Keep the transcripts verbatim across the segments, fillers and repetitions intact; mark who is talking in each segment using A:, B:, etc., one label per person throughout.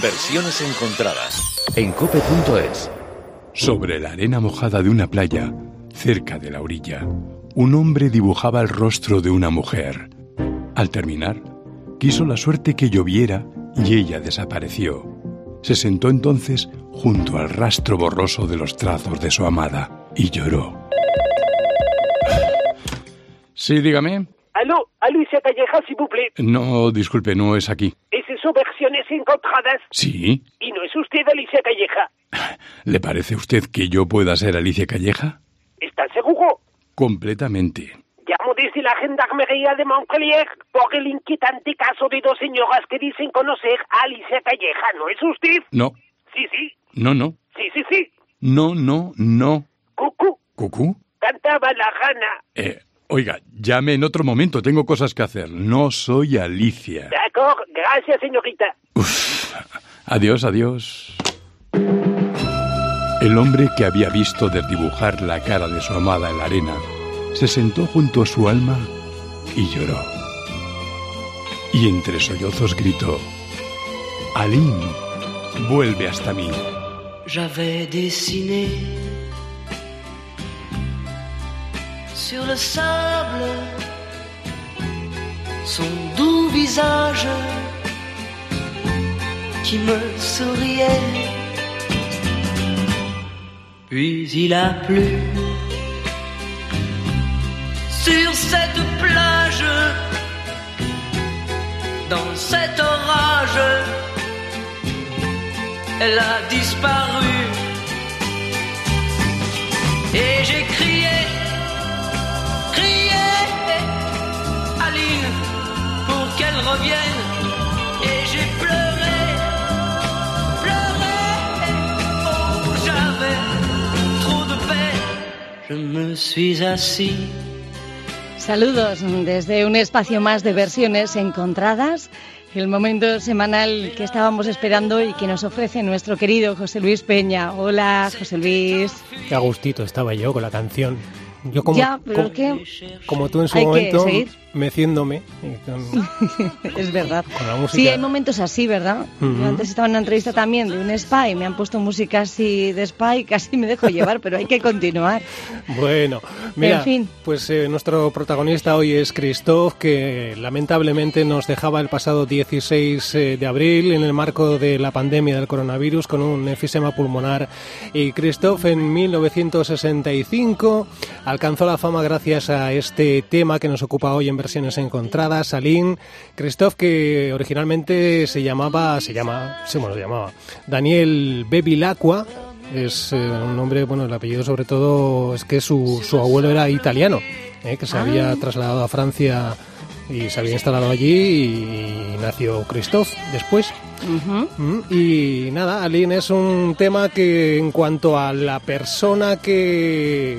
A: Versiones encontradas en cope punto es.
B: Sobre la arena mojada de una playa, cerca de la orilla, un hombre dibujaba el rostro de una mujer. Al terminar, quiso la suerte que lloviera y ella desapareció. Se sentó entonces junto al rastro borroso de los trazos de su amada y lloró. Sí, dígame.
C: Aló, Alicia Calleja, s'il vous plaît.
B: No, disculpe, no es aquí.
C: ¿Es eso Versiones encontradas?
B: Sí.
C: ¿Y no es usted Alicia Calleja?
B: ¿Le parece a usted que yo pueda ser Alicia Calleja?
C: ¿Está seguro?
B: Completamente.
C: Llamo desde la Gendarmería de Montpellier por el inquietante caso de dos señoras que dicen conocer a Alicia Calleja. ¿No es usted?
B: No.
C: Sí, sí.
B: No, no.
C: Sí, sí, sí.
B: No, no, no.
C: Cucú.
B: ¿Cucú?
C: Cantaba la rana.
B: Eh, oiga, llame en otro momento, tengo cosas que hacer. No soy Alicia.
C: De acuerdo, gracias, señorita.
B: Uf. Adiós, adiós. El hombre que había visto desdibujar la cara de su amada en la arena se sentó junto a su alma y lloró. Y entre sollozos gritó: Aline, vuelve hasta mí.
D: J'avais dessiné sur le sable son doux visage qui me souriait. Puis il a plu sur cette plage, dans cet orage, elle a disparu. Et j'ai crié, crié, Aline, pour qu'elle revienne. Et j'ai pleuré, pleuré, oh j'avais trop de peine. Je me suis assis.
E: Saludos desde un espacio más de versiones encontradas, el momento semanal que estábamos esperando y que nos ofrece nuestro querido José Luis Peña. Hola, José Luis.
F: Qué a gustito estaba yo con la canción. Yo como,
E: ya, pero
F: como,
E: que
F: como tú en su
E: hay
F: momento, meciéndome. Con,
E: es verdad.
F: Con la música.
E: Sí, hay momentos así, ¿verdad?
F: Uh-huh.
E: Yo antes estaba en una entrevista también de un spa y me han puesto música así de spa y casi me dejo llevar, pero hay que continuar.
F: Bueno, mira,
E: en fin.
F: pues eh, nuestro protagonista hoy es Christophe, que lamentablemente nos dejaba el pasado dieciséis de abril en el marco de la pandemia del coronavirus con un enfisema pulmonar. Y Christophe en mil novecientos sesenta y cinco alcanzó la fama gracias a este tema que nos ocupa hoy en Versiones Encontradas, Aline. Christophe, que originalmente se llamaba, se llama, se bueno, llamaba Daniel Bevilacqua. Es eh, un nombre, bueno, el apellido sobre todo es que su, su abuelo era italiano, eh, que se ah. había trasladado a Francia y se había instalado allí y, y nació Christophe después. Uh-huh. Y nada, Aline es un tema que en cuanto a la persona que...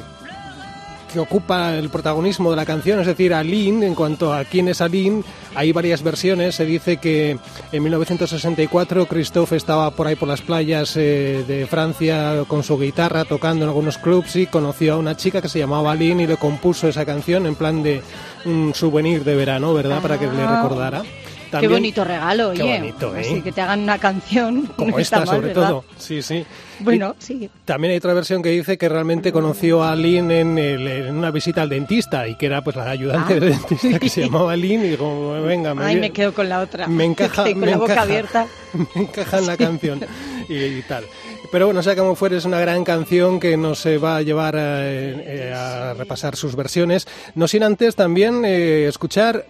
F: que ocupa el protagonismo de la canción, es decir, Aline, en cuanto a quién es Aline, hay varias versiones. Se dice que en mil novecientos sesenta y cuatro Christophe estaba por ahí por las playas eh, de Francia con su guitarra tocando en algunos clubs y conoció a una chica que se llamaba Aline y le compuso esa canción en plan de un souvenir de verano, ¿verdad? Ah. Para que le recordara.
E: Qué
F: También,
E: bonito regalo, oye.
F: Qué bonito, ¿eh?
E: Así que te hagan una canción.
F: Como
E: no
F: esta,
E: está mal,
F: sobre
E: ¿verdad?
F: todo. Sí, sí.
E: Bueno,
F: y
E: sí.
F: También hay otra versión que dice que realmente conoció a Aline en, el, en una visita al dentista y que era pues la ayudante ah. del dentista que se llamaba Aline y dijo, venga, me,
E: Ay, me quedo con la otra.
F: Me encaja,
E: con
F: me
E: la boca
F: encaja,
E: abierta.
F: Me encaja en la canción y, y tal. Pero bueno, sea como fuere, es una gran canción que nos eh, va a llevar a, eh, a repasar sus versiones. No sin antes también eh, escuchar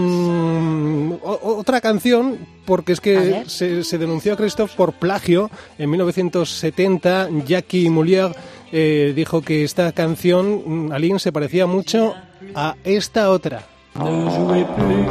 F: mmm, o, otra canción, porque es que se, se denunció a Christophe por plagio. En mil novecientos setenta, Jackie Moulier eh, dijo que esta canción, Aline, se parecía mucho a esta otra.
D: Ne jouez plus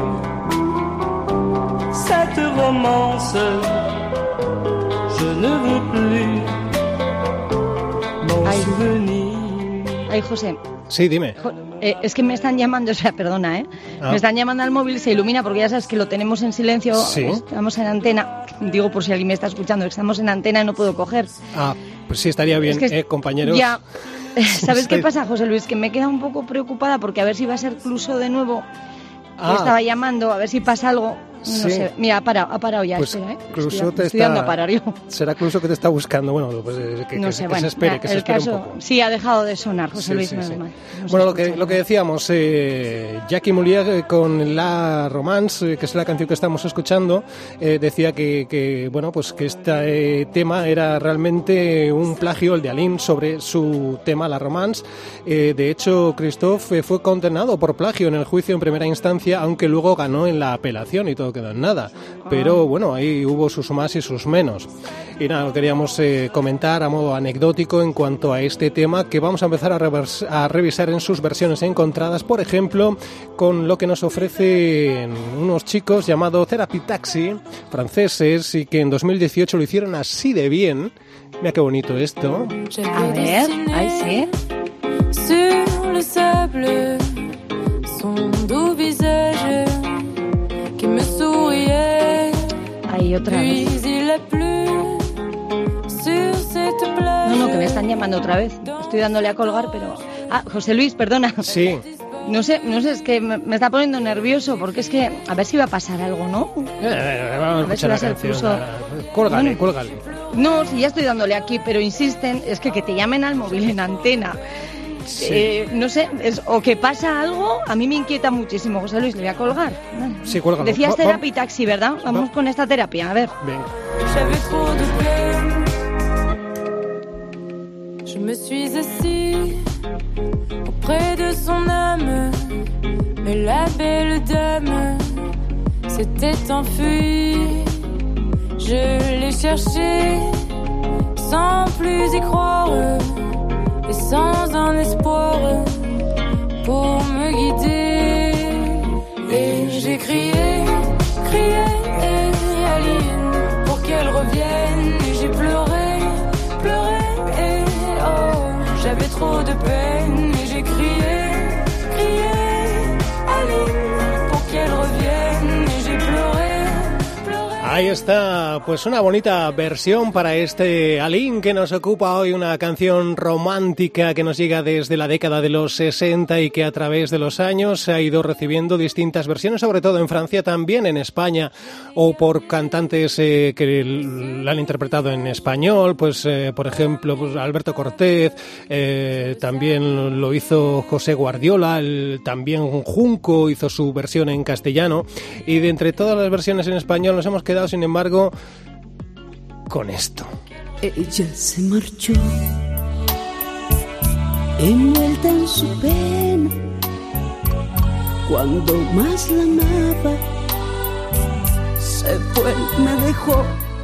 D: cette romance. Je ne veux plus mon
E: Ay.
D: souvenir.
E: Ay, José.
F: Sí, dime.
E: Eh, es que me están llamando, o sea, perdona, ¿eh? Ah. Me están llamando al móvil, se ilumina porque ya sabes que lo tenemos en silencio.
F: ¿Sí?
E: Estamos en antena. Digo por si alguien me está escuchando, que estamos en antena y no puedo coger.
F: Ah, pues sí, estaría bien,
E: es que
F: eh, compañeros.
E: Ya. ¿Sabes qué pasa, José Luis? Que me he quedado un poco preocupada porque a ver si va a ser Cluso de nuevo. Ah. Yo estaba llamando a ver si pasa algo Sí.
F: Sí.
E: sé. Mira, ha parado, ha parado ya.
F: Pues
E: espera, ¿eh?
F: Cluso
E: estoy,
F: te
E: estoy
F: está...
E: dando a parar yo.
F: Será Cluso que te está buscando. Bueno, pues eh, que,
E: No
F: que,
E: sé,
F: que
E: bueno,
F: se espere,
E: ya,
F: que se
E: el
F: espere
E: caso,
F: un poco.
E: sí, ha dejado de sonar, José
F: Sí,
E: Luis.
F: sí,
E: menos
F: sí.
E: mal. No se
F: Bueno, lo que,
E: escucha
F: lo que
E: nada.
F: decíamos, eh, Jackie Moulier eh, con La Romance, eh, que es la canción que estamos escuchando, eh, decía que, que, bueno, pues que este eh, tema era realmente un plagio, el de Aline, sobre su tema La Romance. Eh, de hecho, Christophe eh, fue condenado por plagio en el juicio en primera instancia, aunque luego ganó en la apelación y todo quedó en nada. Pero bueno, ahí hubo sus más y sus menos. Y nada, lo queríamos eh, comentar a modo anecdótico en cuanto a este tema, que vamos a empezar a, revers- a revisar en sus versiones encontradas, por ejemplo, con lo que nos ofrecen unos chicos llamados Therapy Taxi, franceses, y que en dos mil dieciocho lo hicieron así de bien. Mira qué bonito esto.
E: A ver, ahí sí.
G: Sur le sable, son doux visage qui me souriait.
E: Ahí otra vez.
G: Puis il a plu sur cette plage.
E: No, no, que me están llamando otra vez. Estoy dándole a colgar, pero... Ah, José Luis, perdona.
F: Sí.
E: No sé, no sé, es que me, me está poniendo nervioso, porque es que a ver si va a pasar algo, ¿no?
F: Eh, vamos a
E: ver si
F: escuchar
E: va
F: la
E: a ser
F: canción.
E: Cluso.
F: Cuélgale,
E: Bueno.
F: cuélgale.
E: No, si ya estoy dándole aquí, pero insisten, es que que te llamen al móvil en antena.
F: Sí.
E: Eh, no sé, es, o que pasa algo, a mí me inquieta muchísimo, José Luis, le voy a colgar.
F: Sí, cuélgalo.
E: Decías
F: Va- va-
E: terapia y taxi, ¿verdad? Vamos
F: va-
E: con esta terapia, a ver.
F: Venga.
G: J'avais trop de peine. Je me suis assis auprès de son âme, mais la belle dame s'était enfuie. Je l'ai cherchée sans plus y croire et sans un espoir pour me guider. Et j'ai crié, crié, Aline, pour qu'elle revienne. Et j'ai pleuré, pleuré, et oh, j'avais trop de peine. Et j'ai crié, crié, Aline, pour qu'elle revienne. Et j'ai pleuré, pleuré.
F: Ahí está, pues una bonita versión para este Aline que nos ocupa hoy, una canción romántica que nos llega desde la década de los sesenta y que a través de los años se ha ido recibiendo distintas versiones, sobre todo en Francia, también en España, o por cantantes eh, que la han interpretado en español, pues eh, por ejemplo pues Alberto Cortés, eh, también lo hizo José Guardiola, el, también Junco hizo su versión en castellano, y de entre todas las versiones en español nos hemos quedado, sin embargo, con esto.
H: Ella se marchó, envuelta en su pena, cuando más la amaba, se fue, me dejó.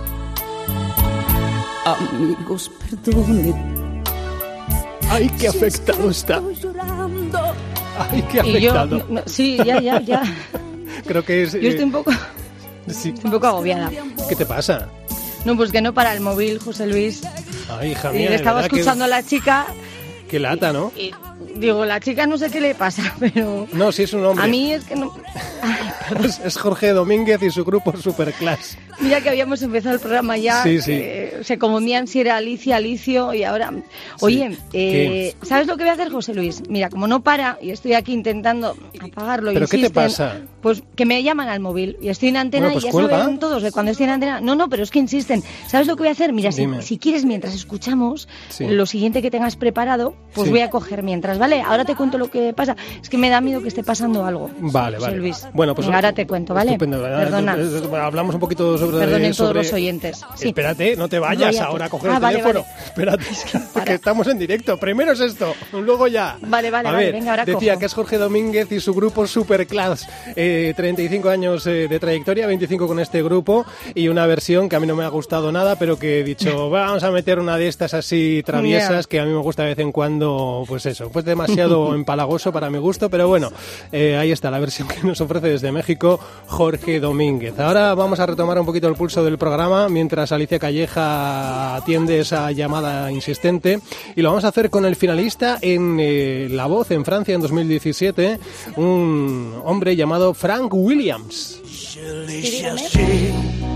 H: Amigos, perdonen.
F: ¡Ay, qué afectado está!
H: Estoy llorando.
F: ¡Ay, qué
E: Y yo,
F: afectado!
E: no, no, sí, ya, ya, ya.
F: Creo que es...
E: Yo estoy un poco,
F: sí.
E: estoy un poco agobiada.
F: ¿Qué te pasa?
E: No, pues que no para el móvil, José Luis.
F: Ay, hija
E: Y
F: mía,
E: le
F: de
E: estaba
F: verdad que-
E: escuchando a la chica
F: Qué lata, ¿no?
E: y digo, la chica no sé qué le pasa, pero...
F: No, sí es un hombre.
E: A mí es que no... Ay, perdón.
F: Es, es Jorge Domínguez y su grupo Superclass.
E: Mira que habíamos empezado el programa ya,
F: Sí, sí.
E: eh, se confundían si era Alicia, Alicio y ahora... Oye, eh, ¿sabes lo que voy a hacer, José Luis? Mira, como no para y estoy aquí intentando apagarlo,
F: ¿Pero qué te
E: insisten,
F: pasa?
E: Pues que me llaman al móvil y estoy en antena
F: Bueno, pues
E: y ya
F: cuelga.
E: saben todos de cuando estoy en antena. No, no, pero es que insisten. ¿Sabes lo que voy a hacer? Mira, si,
F: Dime.
E: si quieres, mientras escuchamos,
F: Sí.
E: lo siguiente que tengas preparado, pues
F: Sí.
E: voy a coger mientras, ¿vale? Ahora te cuento lo que pasa. Es que me da miedo que esté pasando algo.
F: Vale,
E: José
F: vale.
E: Luis.
F: Bueno, pues
E: Venga, ahora te cuento, ¿vale?
F: Estupendo.
E: Perdona.
F: Eh, eh, Hablamos un poquito sobre...
E: Perdonen todos
F: sobre-
E: los oyentes. Sí.
F: Espérate, no te vayas
E: Voy a-
F: ahora a coger
E: Ah,
F: el
E: vale,
F: teléfono.
E: vale.
F: Espérate,
E: para.
F: porque estamos en directo. Primero es esto, luego ya.
E: Vale, vale,
F: a
E: vale,
F: ver,
E: venga, ahora
F: decía
E: cojo.
F: que es Jorge Domínguez y su grupo Superclass. Eh, treinta y cinco años eh, de trayectoria, veinticinco con este grupo, y una versión que a mí no me ha gustado nada, pero que he dicho, vamos a meter una de estas así traviesas,
E: Ya.
F: que a mí me gusta de vez en cuando, pues eso, pues demasiado empalagoso para mi gusto, pero bueno, eh, ahí está la versión que nos ofrece desde México Jorge Domínguez. Ahora vamos a retomar un poquito el pulso del programa mientras Alicia Calleja atiende esa llamada insistente, y lo vamos a hacer con el finalista en eh, La Voz en Francia en dos mil diecisiete, un hombre llamado Frank Williams.
D: Je l'ai cherché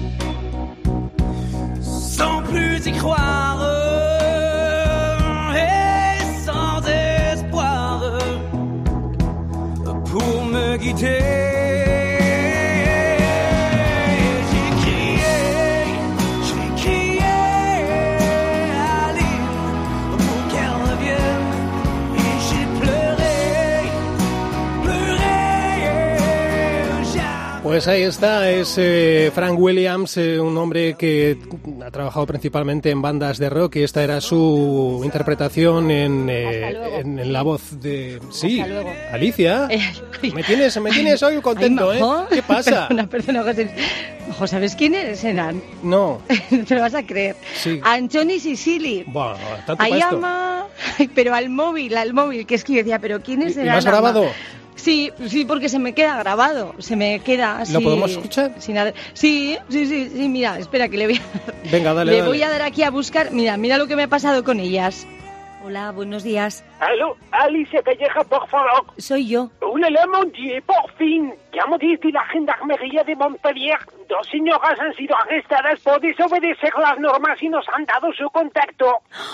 D: sans plus y croire et sans espoir pour me guider.
F: Pues ahí está, es eh, Frank Williams, eh, un hombre que ha trabajado principalmente en bandas de rock y esta era su interpretación en, eh, en, en la voz de... Sí, Alicia, me tienes, me tienes hoy contento,
E: Ay,
F: ¿eh? ¿Qué pasa?
E: Perdona, perdona, José. Ojo, ¿sabes quiénes eran?
F: No.
E: Te lo vas a creer.
F: Sí.
E: Antoni Sicili.
F: Bueno, tanto
E: Ahí
F: para esto.
E: ama... Pero al móvil, al móvil, que es que yo decía, ¿pero quiénes
F: ¿Y
E: eran?
F: lo has grabado?
E: Sí, sí, porque se me queda grabado, se me queda así.
F: ¿Lo podemos escuchar?
E: Sin nada. Sí, sí, sí, sí, mira, espera que le voy a...
F: Venga, dale,
E: Le
F: dale.
E: voy a dar aquí a buscar, mira, mira lo que me ha pasado con ellas. Hola, buenos días.
C: Aló, Alicia Calleja, por favor.
E: Soy yo.
C: Hola, mon Dieu, por fin. Llamo desde la Gendarmería de Montpellier. Dos señoras han sido arrestadas por desobedecer las normas y nos han dado su contacto.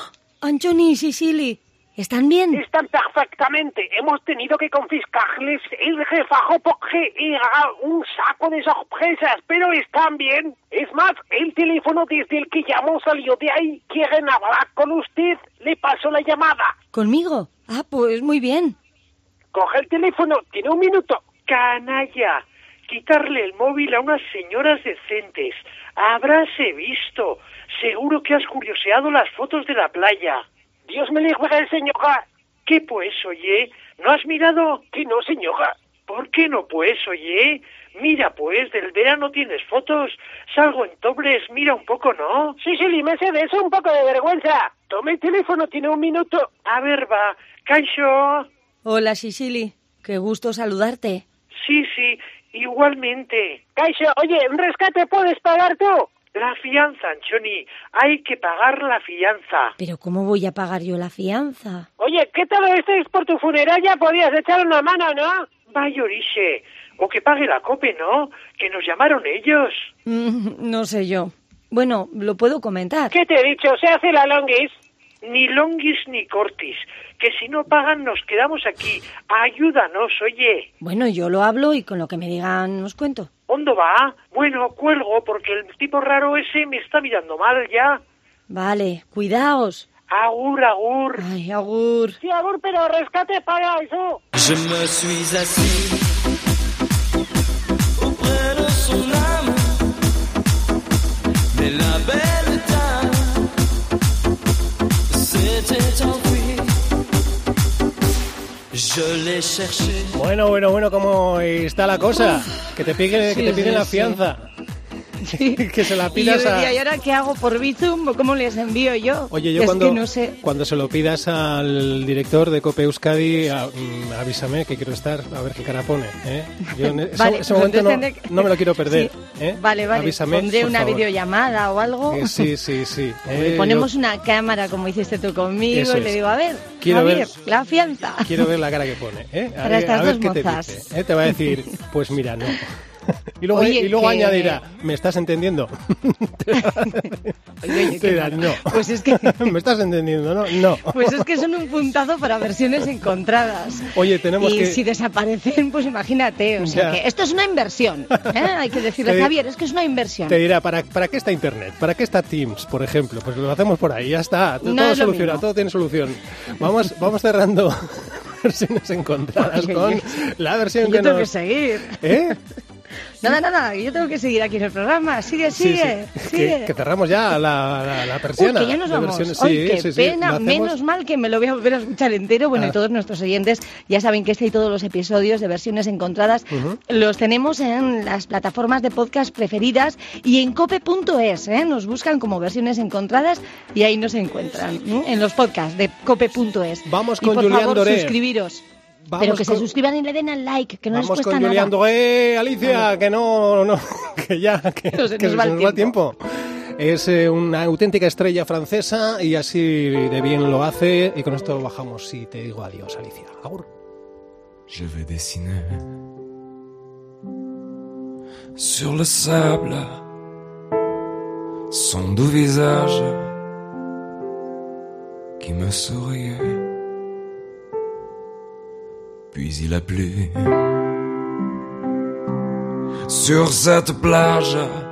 E: Antoni y Sicily, ¿están bien?
C: Están perfectamente. Hemos tenido que confiscarles el refajo porque era un saco de sorpresas, pero están bien. Es más, el teléfono desde el que llamó salió de ahí. ¿Quieren hablar con usted? Le paso la llamada.
E: ¿Conmigo? Ah, pues muy bien.
C: Coge el teléfono, tiene un minuto. Canalla, quitarle el móvil a unas señoras decentes. Habráse visto. Seguro que has curioseado las fotos de la playa. Dios me libre, señora. ¿Qué pues, oye? ¿No has mirado? Que no, señora. ¿Por qué no, pues, oye? Mira, pues, del verano tienes fotos. Salgo en dobles, mira un poco, ¿no? Sí, sí, me sé de eso, un poco de vergüenza. Tome el teléfono, tiene un minuto. A ver, va. Caixo.
E: Hola, Sicily. Qué gusto saludarte.
C: Sí, sí, igualmente. Caixo, oye, un rescate puedes pagar tú. La fianza, Anchoni. Hay que pagar la fianza.
E: Pero ¿cómo voy a pagar yo la fianza?
C: Oye, ¿qué tal estáis por tu funeraria? Podías echar una mano, ¿no? Vaya orixe. O que pague la cope, ¿no? Que nos llamaron ellos.
E: Mm, no sé yo. Bueno, lo puedo comentar.
C: ¿Qué te he dicho? Se hace la longuis. Ni longuis ni cortis. Que si no pagan nos quedamos aquí. Ayúdanos, oye.
E: Bueno, yo lo hablo y con lo que me digan os cuento.
C: ¿Dónde va? Bueno, cuelgo porque el tipo raro ese me está mirando mal ya.
E: Vale, cuidaos.
C: Agur, agur.
E: Ay, agur.
C: Sí, agur, pero rescate paga eso.
D: Je me suis assis auprès de son âme, mais la belle dame s'était enfuie. Je l'ai cherché.
F: Bueno, bueno, bueno, ¿cómo está la cosa? Que te piden,
E: Sí,
F: que te piden
E: sí,
F: la
E: sí.
F: fianza.
E: Sí.
F: Que se la
E: Y yo
F: pidas
E: decía,
F: a...
E: ¿y ahora qué hago por Bizum? ¿Cómo les envío yo?
F: Oye, yo
E: es
F: cuando,
E: que no sé.
F: cuando se lo pidas al director de Cope Euskadi, a- mm, avísame que quiero estar, a ver qué cara pone. ¿eh? Yo en ese,
E: Vale,
F: ese
E: pues
F: momento no,
E: entonces tendré que-
F: no me lo quiero perder.
E: Sí.
F: ¿eh?
E: Vale, vale.
F: Avísame,
E: Pondré
F: por
E: una
F: favor.
E: videollamada o algo.
F: Eh, sí, sí, sí.
E: Le
F: eh,
E: ponemos
F: yo
E: una cámara como hiciste tú conmigo
F: Eso
E: y le
F: es.
E: digo, a ver,
F: Quiero
E: Javier,
F: ver-
E: la fianza.
F: quiero ver la cara que pone. ¿eh? A
E: Para
F: ver,
E: estas
F: a ver
E: dos
F: qué te
E: mozas.
F: dice. ¿eh? Te va a decir, pues mira, no. Y luego,
E: Oye,
F: y luego
E: que-
F: añadirá, ¿me estás entendiendo?
E: Oye, oye,
F: Te
E: qué
F: dirá,
E: mal.
F: no.
E: Pues es que...
F: ¿Me estás entendiendo? No, no.
E: Pues es que son un puntazo para versiones encontradas.
F: Oye, tenemos
E: y
F: que...
E: si desaparecen, pues imagínate. O sea,
F: Ya.
E: que esto es una inversión. ¿eh? Hay que decirle,
F: Te di-
E: Javier, es que es una inversión.
F: Te dirá, ¿para, ¿para qué está Internet? ¿Para qué está Teams, por ejemplo? Pues lo hacemos por ahí, ya está.
E: No
F: todo
E: es lo
F: soluciona,
E: mismo.
F: todo tiene solución. Vamos, vamos cerrando versiones encontradas
E: Oye,
F: con
E: oye.
F: la versión
E: Yo
F: que
E: tengo
F: nos...
E: que seguir.
F: ¿Eh?
E: Nada, nada, yo tengo que seguir aquí en el programa. Sigue,
F: Sí,
E: sigue,
F: sí.
E: sigue.
F: Que, que cerramos ya la, la, la
E: Uy,
F: persiana.
E: que ya nos
F: de
E: vamos.
F: versiones.
E: Ay,
F: Sí,
E: qué
F: sí, sí.
E: pena.
F: Lo hacemos-
E: Menos mal que me lo voy a volver a escuchar entero. Bueno,
F: Ah.
E: y todos nuestros oyentes ya saben que este y todos los episodios de versiones encontradas
F: Ujú.
E: los tenemos en las plataformas de podcast preferidas y en cope punto es. ¿eh? Nos buscan como versiones encontradas y ahí nos encuentran. ¿eh? En los podcasts de cope punto es.
F: Vamos
E: y
F: con
E: por
F: Julián
E: favor,
F: Doré.
E: suscribiros.
F: Vamos
E: Pero que
F: con-
E: se suscriban y le den al like, que no
F: Vamos
E: les cuesta
F: con
E: nada.
F: Julián Doré, Alicia, que no, no, que ya, que,
E: No se
F: que
E: nos
F: se
E: va el
F: nos va el tiempo. Es eh, una auténtica estrella francesa y así de bien lo hace. Y con esto bajamos y te digo adiós, Alicia. Agur.
I: Je vais dessiner sur le sable son doux visage qui me souriait. Puis il a plu sur cette plage